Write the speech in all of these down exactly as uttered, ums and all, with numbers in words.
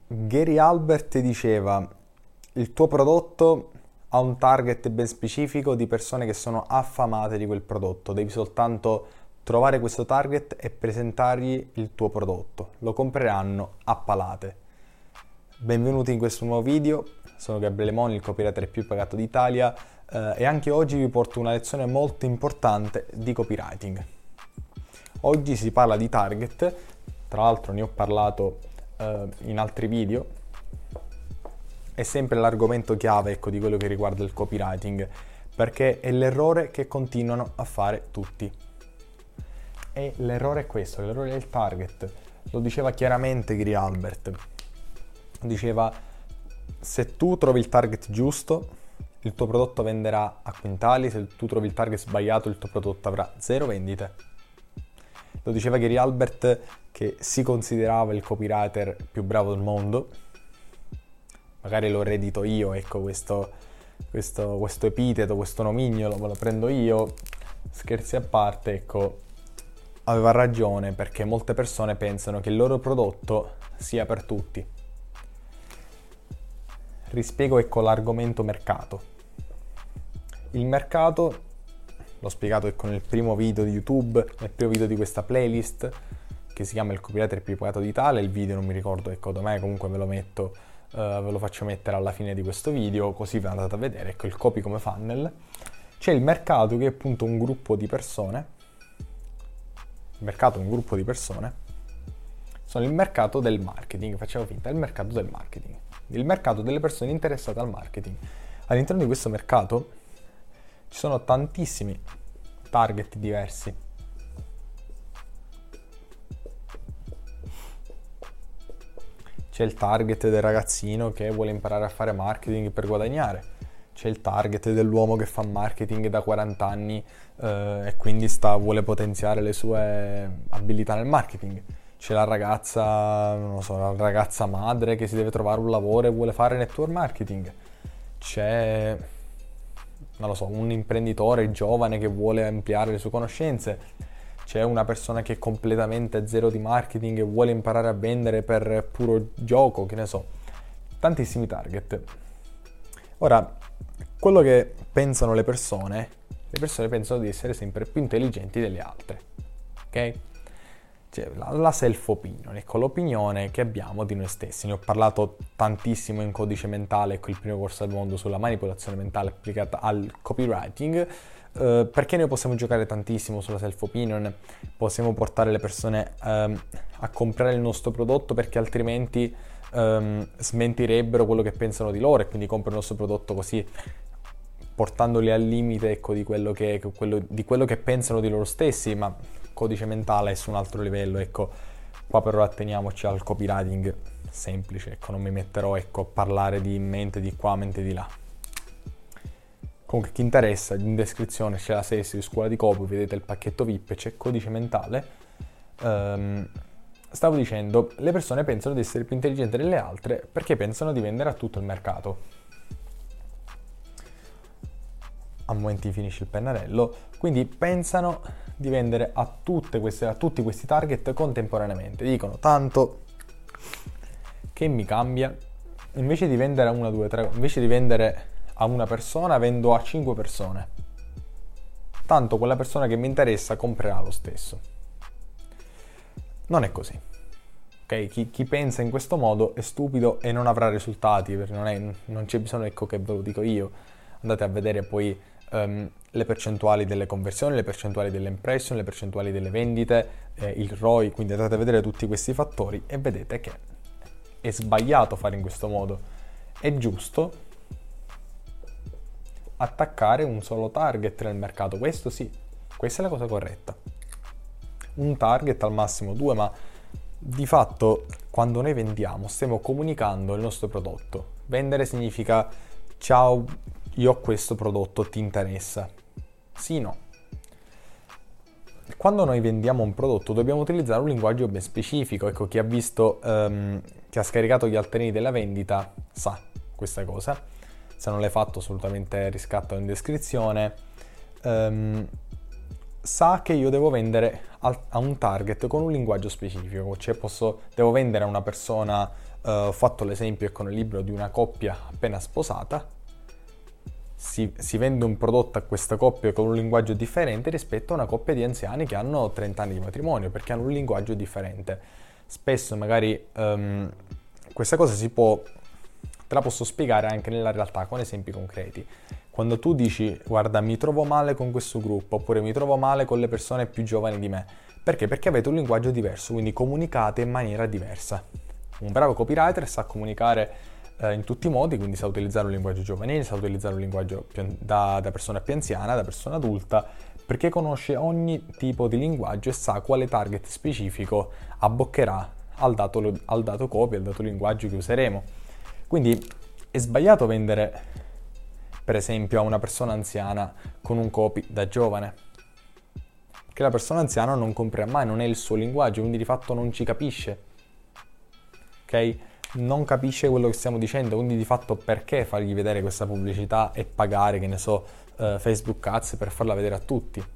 Gary Albert diceva: il tuo prodotto ha un target ben specifico di persone che sono affamate di quel prodotto, devi soltanto trovare questo target e presentargli il tuo prodotto, lo compreranno a palate. Benvenuti in questo nuovo video, sono Gabriele Moni, il copywriter più pagato d'Italia, eh, e anche oggi vi porto una lezione molto importante di copywriting. Oggi si parla di target, tra l'altro ne ho parlato eh, in altri video. È sempre l'argomento chiave, ecco, di quello che riguarda il copywriting, perché è l'errore che continuano a fare tutti. E l'errore è questo, l'errore è il target. Lo diceva chiaramente Gary Albert. Diceva: se tu trovi il target giusto, il tuo prodotto venderà a quintali, se tu trovi il target sbagliato, il tuo prodotto avrà zero vendite. Lo diceva Gary Albert, che si considerava il copywriter più bravo del mondo. Magari lo eredito io, ecco, questo, questo, questo epiteto, questo nomignolo, me lo prendo io. Scherzi a parte, ecco, aveva ragione, perché molte persone pensano che il loro prodotto sia per tutti. Rispiego, ecco, l'argomento mercato. Il mercato, l'ho spiegato, ecco, nel primo video di YouTube, nel primo video di questa playlist, che si chiama Il copywriter più pagato d'Italia. Il video non mi ricordo, ecco, dov'è, comunque ve lo metto. Uh, ve lo faccio mettere alla fine di questo video, così vi andate a vedere, ecco, il copy come funnel. C'è il mercato, che è appunto un gruppo di persone. Il mercato è un gruppo di persone. Sono il mercato del marketing, facciamo finta, è il mercato del marketing. Il mercato delle persone interessate al marketing. All'interno di questo mercato ci sono tantissimi target diversi. C'è il target del ragazzino che vuole imparare a fare marketing per guadagnare. C'è il target dell'uomo che fa marketing da quaranta anni eh, e quindi sta, vuole potenziare le sue abilità nel marketing. C'è la ragazza, non lo so, la ragazza madre che si deve trovare un lavoro e vuole fare network marketing. C'è, non lo so, un imprenditore giovane che vuole ampliare le sue conoscenze. C'è una persona che è completamente zero di marketing e vuole imparare a vendere per puro gioco, che ne so. Tantissimi target. Ora, quello che pensano le persone, le persone pensano di essere sempre più intelligenti delle altre, ok? Cioè, la, la self-opinion, ecco, l'opinione che abbiamo di noi stessi. Ne ho parlato tantissimo in Codice Mentale, ecco, il primo corso al mondo sulla manipolazione mentale applicata al copywriting. Uh, perché noi possiamo giocare tantissimo sulla self-opinion, possiamo portare le persone um, a comprare il nostro prodotto, perché altrimenti um, smentirebbero quello che pensano di loro e quindi comprano il nostro prodotto, così portandoli al limite, ecco, di quello che, quello, di quello che pensano di loro stessi. Ma codice mentale è su un altro livello, ecco. Qua però atteniamoci al copywriting semplice, ecco, non mi metterò, ecco, a parlare di mente di qua, mente di là. Comunque, chi interessa, in descrizione c'è la serie di Scuola di Copy, vedete il pacchetto V I P, c'è Codice Mentale. Um, stavo dicendo, le persone pensano di essere più intelligenti delle altre perché pensano di vendere a tutto il mercato. A momenti finisce il pennarello. Quindi pensano di vendere a, tutte queste, a tutti questi target contemporaneamente. Dicono: tanto che mi cambia, invece di vendere a una, due, tre, invece di vendere a una persona, vendo a cinque persone. Tanto quella persona che mi interessa comprerà lo stesso. Non è così. Ok? Chi, chi pensa in questo modo è stupido e non avrà risultati, perché non, è, non c'è bisogno, ecco, che ve lo dico io. Andate a vedere poi um, le percentuali delle conversioni, le percentuali delle impression, le percentuali delle vendite, eh, il R O I, quindi andate a vedere tutti questi fattori e vedete che è sbagliato fare in questo modo. È giusto attaccare un solo target nel mercato, questo sì, questa è la cosa corretta. Un target, al massimo due, ma di fatto quando noi vendiamo stiamo comunicando il nostro prodotto. Vendere significa: ciao, io ho questo prodotto, ti interessa? Sì, no. Quando noi vendiamo un prodotto dobbiamo utilizzare un linguaggio ben specifico. Ecco, chi ha visto, um, chi ha scaricato gli altarini della vendita sa questa cosa. Se non l'hai fatto, assolutamente riscattalo in descrizione. Um, sa che io devo vendere a un target con un linguaggio specifico, cioè posso, devo vendere a una persona uh, ho fatto l'esempio con il libro di una coppia appena sposata, si, si vende un prodotto a questa coppia con un linguaggio differente rispetto a una coppia di anziani che hanno trenta anni di matrimonio, perché hanno un linguaggio differente. Spesso magari um, questa cosa si può, te la posso spiegare anche nella realtà con esempi concreti. Quando tu dici guarda mi trovo male con questo gruppo, oppure mi trovo male con le persone più giovani di me, perché? Perché avete un linguaggio diverso, quindi comunicate in maniera diversa. Un bravo copywriter sa comunicare eh, in tutti i modi, quindi sa utilizzare un linguaggio giovanile, sa utilizzare un linguaggio più, da, da persona più anziana, da persona adulta, perché conosce ogni tipo di linguaggio e sa quale target specifico abboccherà al dato, al dato copy, al dato linguaggio che useremo. Quindi è sbagliato vendere, per esempio, a una persona anziana con un copy da giovane, perché la persona anziana non comprerà mai, non è il suo linguaggio, quindi di fatto non ci capisce, ok? Non capisce quello che stiamo dicendo, quindi di fatto perché fargli vedere questa pubblicità e pagare, che ne so, uh, Facebook Ads per farla vedere a tutti?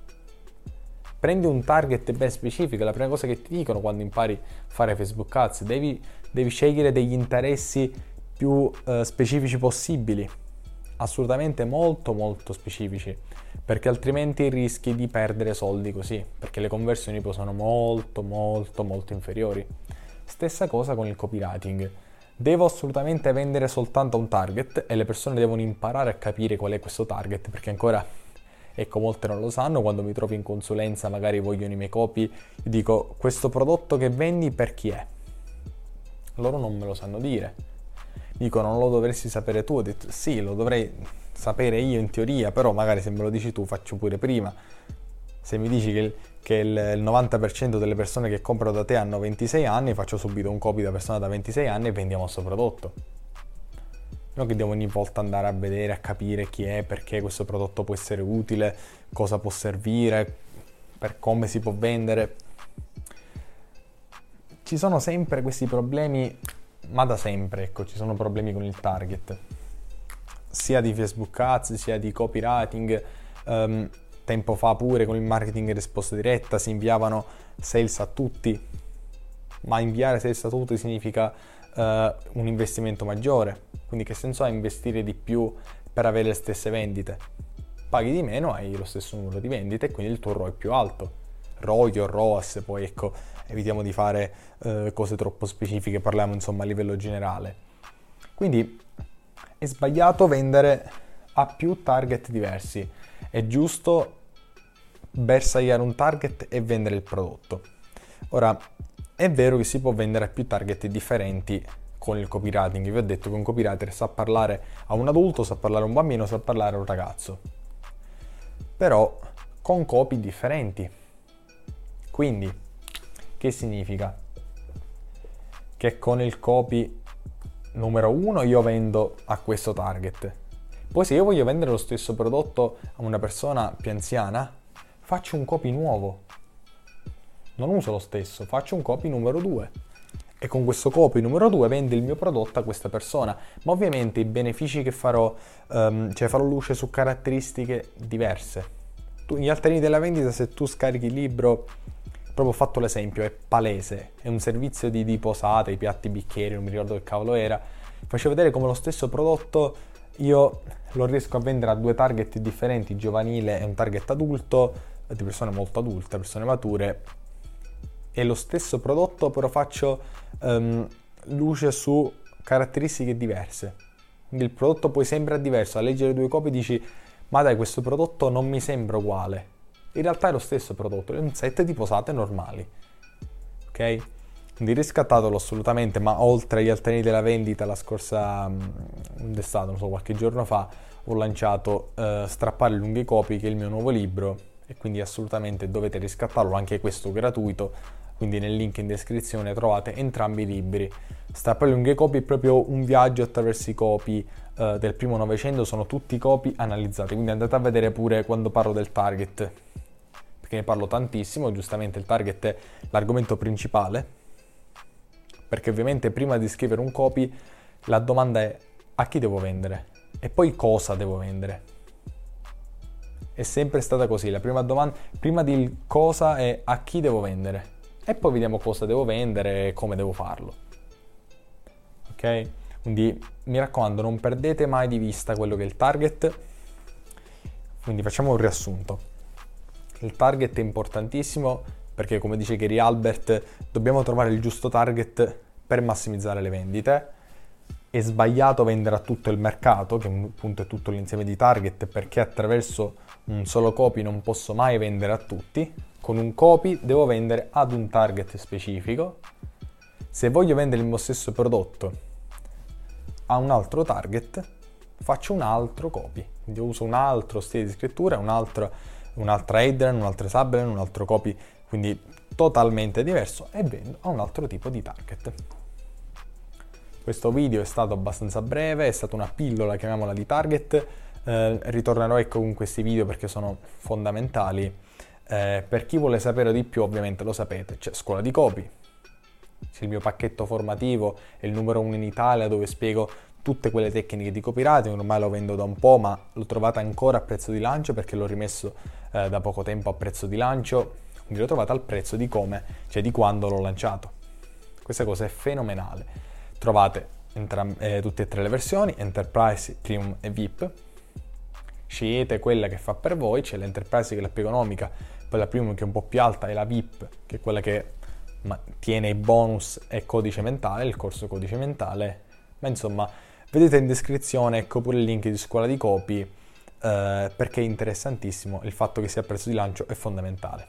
Prendi un target ben specifico, la prima cosa che ti dicono quando impari a fare Facebook Ads, devi, devi scegliere degli interessi più uh, specifici possibili, assolutamente molto molto specifici, perché altrimenti rischi di perdere soldi così, perché le conversioni poi sono molto molto molto inferiori. Stessa cosa con il copywriting. Devo assolutamente vendere soltanto a un target e le persone devono imparare a capire qual è questo target, perché ancora, ecco, molte non lo sanno. Quando mi trovo in consulenza, magari vogliono i miei copy, dico questo prodotto che vendi per chi è? Loro non me lo sanno dire. Dico non lo dovresti sapere tu, ho detto sì, lo dovrei sapere io in teoria, però magari se me lo dici tu faccio pure prima. Se mi dici che, il, che il, il novanta per cento delle persone che comprano da te hanno ventisei anni, faccio subito un copy da persona da ventisei anni e vendiamo questo prodotto. Non che devo ogni volta andare a vedere, a capire chi è, perché questo prodotto può essere utile, cosa può servire, per come si può vendere. Ci sono sempre questi problemi, ma da sempre, ecco, ci sono problemi con il target, sia di Facebook Ads, sia di copywriting. Um, tempo fa pure con il marketing risposta diretta si inviavano sales a tutti, ma inviare sales a tutti significa uh, un investimento maggiore, quindi che senso ha investire di più per avere le stesse vendite? Paghi di meno, hai lo stesso numero di vendite e quindi il tuo R O I è più alto. R O I o R O A S, poi ecco, evitiamo di fare uh, cose troppo specifiche, parliamo insomma a livello generale. Quindi è sbagliato vendere a più target diversi, è giusto bersagliare un target e vendere il prodotto. Ora, è vero che si può vendere a più target differenti con il copywriting. Vi ho detto che un copywriter sa parlare a un adulto, sa parlare a un bambino, sa parlare a un ragazzo, però con copy differenti. Quindi, che significa? Che con il copy numero uno io vendo a questo target. Poi se io voglio vendere lo stesso prodotto a una persona più anziana, faccio un copy nuovo. Non uso lo stesso, faccio un copy numero due. E con questo copy numero due vendo il mio prodotto a questa persona. Ma ovviamente i benefici che farò, um, cioè farò luce su caratteristiche diverse. Tu, gli altri della vendita, se tu scarichi il libro, proprio ho fatto l'esempio, è palese, è un servizio di, di posate, i piatti, i bicchieri, non mi ricordo che cavolo era, facevo vedere come lo stesso prodotto io lo riesco a vendere a due target differenti, giovanile e un target adulto, di persone molto adulte, persone mature, e lo stesso prodotto però faccio um, luce su caratteristiche diverse. Quindi il prodotto poi sembra diverso, a leggere due copie dici ma dai, questo prodotto non mi sembra uguale. In realtà è lo stesso prodotto, è un set di posate normali, ok? Quindi riscattatelo assolutamente, ma oltre agli alternativi della vendita, la scorsa d'estate, non so, qualche giorno fa, ho lanciato uh, Strappare lunghe copie, che è il mio nuovo libro, e quindi assolutamente dovete riscattarlo, anche questo gratuito, quindi nel link in descrizione trovate entrambi i libri. Strappare lunghe copie è proprio un viaggio attraverso i copy uh, del primo Novecento, sono tutti copy analizzati, quindi andate a vedere pure quando parlo del target, perché ne parlo tantissimo. Giustamente il target è l'argomento principale, perché ovviamente prima di scrivere un copy la domanda è a chi devo vendere e poi cosa devo vendere. È sempre stata così, la prima domanda prima di cosa è a chi devo vendere e poi vediamo cosa devo vendere e come devo farlo. ok? Quindi mi raccomando, non perdete mai di vista quello che è il target. Quindi facciamo un riassunto. Il target è importantissimo perché, come dice Gary Albert, dobbiamo trovare il giusto target per massimizzare le vendite. È sbagliato vendere a tutto il mercato, che appunto è tutto l'insieme di target, perché attraverso un solo copy non posso mai vendere a tutti. Con un copy devo vendere ad un target specifico. Se voglio vendere il mio stesso prodotto a un altro target, faccio un altro copy. Quindi uso un altro stile di scrittura, un altro, un'altra headline, un altro subline, un altro copy, quindi totalmente diverso, e vendo a un altro tipo di target. Questo video è stato abbastanza breve, è stata una pillola, chiamiamola, di target. Eh, ritornerò ecco con questi video perché sono fondamentali. Eh, per chi vuole sapere di più, ovviamente lo sapete, c'è Scuola di Copy, c'è il mio pacchetto formativo, è il numero uno in Italia, dove spiego tutte quelle tecniche di copywriting. Ormai lo vendo da un po', ma lo trovate ancora a prezzo di lancio perché l'ho rimesso eh, da poco tempo a prezzo di lancio, quindi lo trovate al prezzo di come, cioè di quando l'ho lanciato. Questa cosa è fenomenale. Trovate entram- eh, tutte e tre le versioni, Enterprise, Premium e V I P. Scegliete quella che fa per voi. C'è l'Enterprise, che è la più economica, poi la Premium che è un po' più alta, e la V I P che è quella che tiene i bonus e codice mentale, il corso codice mentale. Ma insomma, vedete in descrizione ecco pure il link di Scuola di Copy, eh, perché è interessantissimo. Il fatto che sia a prezzo di lancio è fondamentale.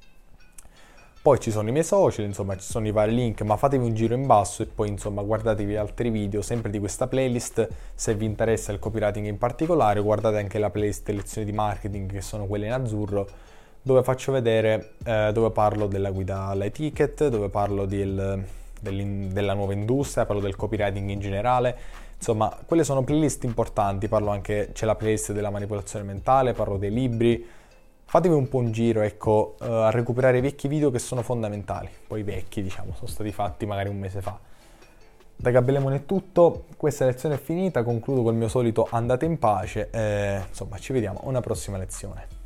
Poi ci sono i miei social, insomma ci sono i vari link, ma fatevi un giro in basso e poi insomma guardatevi altri video sempre di questa playlist. Se vi interessa il copywriting in particolare, guardate anche la playlist lezioni di marketing, che sono quelle in azzurro, dove faccio vedere, eh, dove parlo della guida alle ticket, dove parlo del, della nuova industria, parlo del copywriting in generale. Insomma, quelle sono playlist importanti. Parlo anche, c'è la playlist della manipolazione mentale, parlo dei libri. Fatevi un po' un giro, ecco, uh, a recuperare i vecchi video che sono fondamentali. Poi vecchi, diciamo, sono stati fatti magari un mese fa. Da Gabellemon è tutto, questa lezione è finita, concludo col mio solito andate in pace e insomma ci vediamo a una prossima lezione.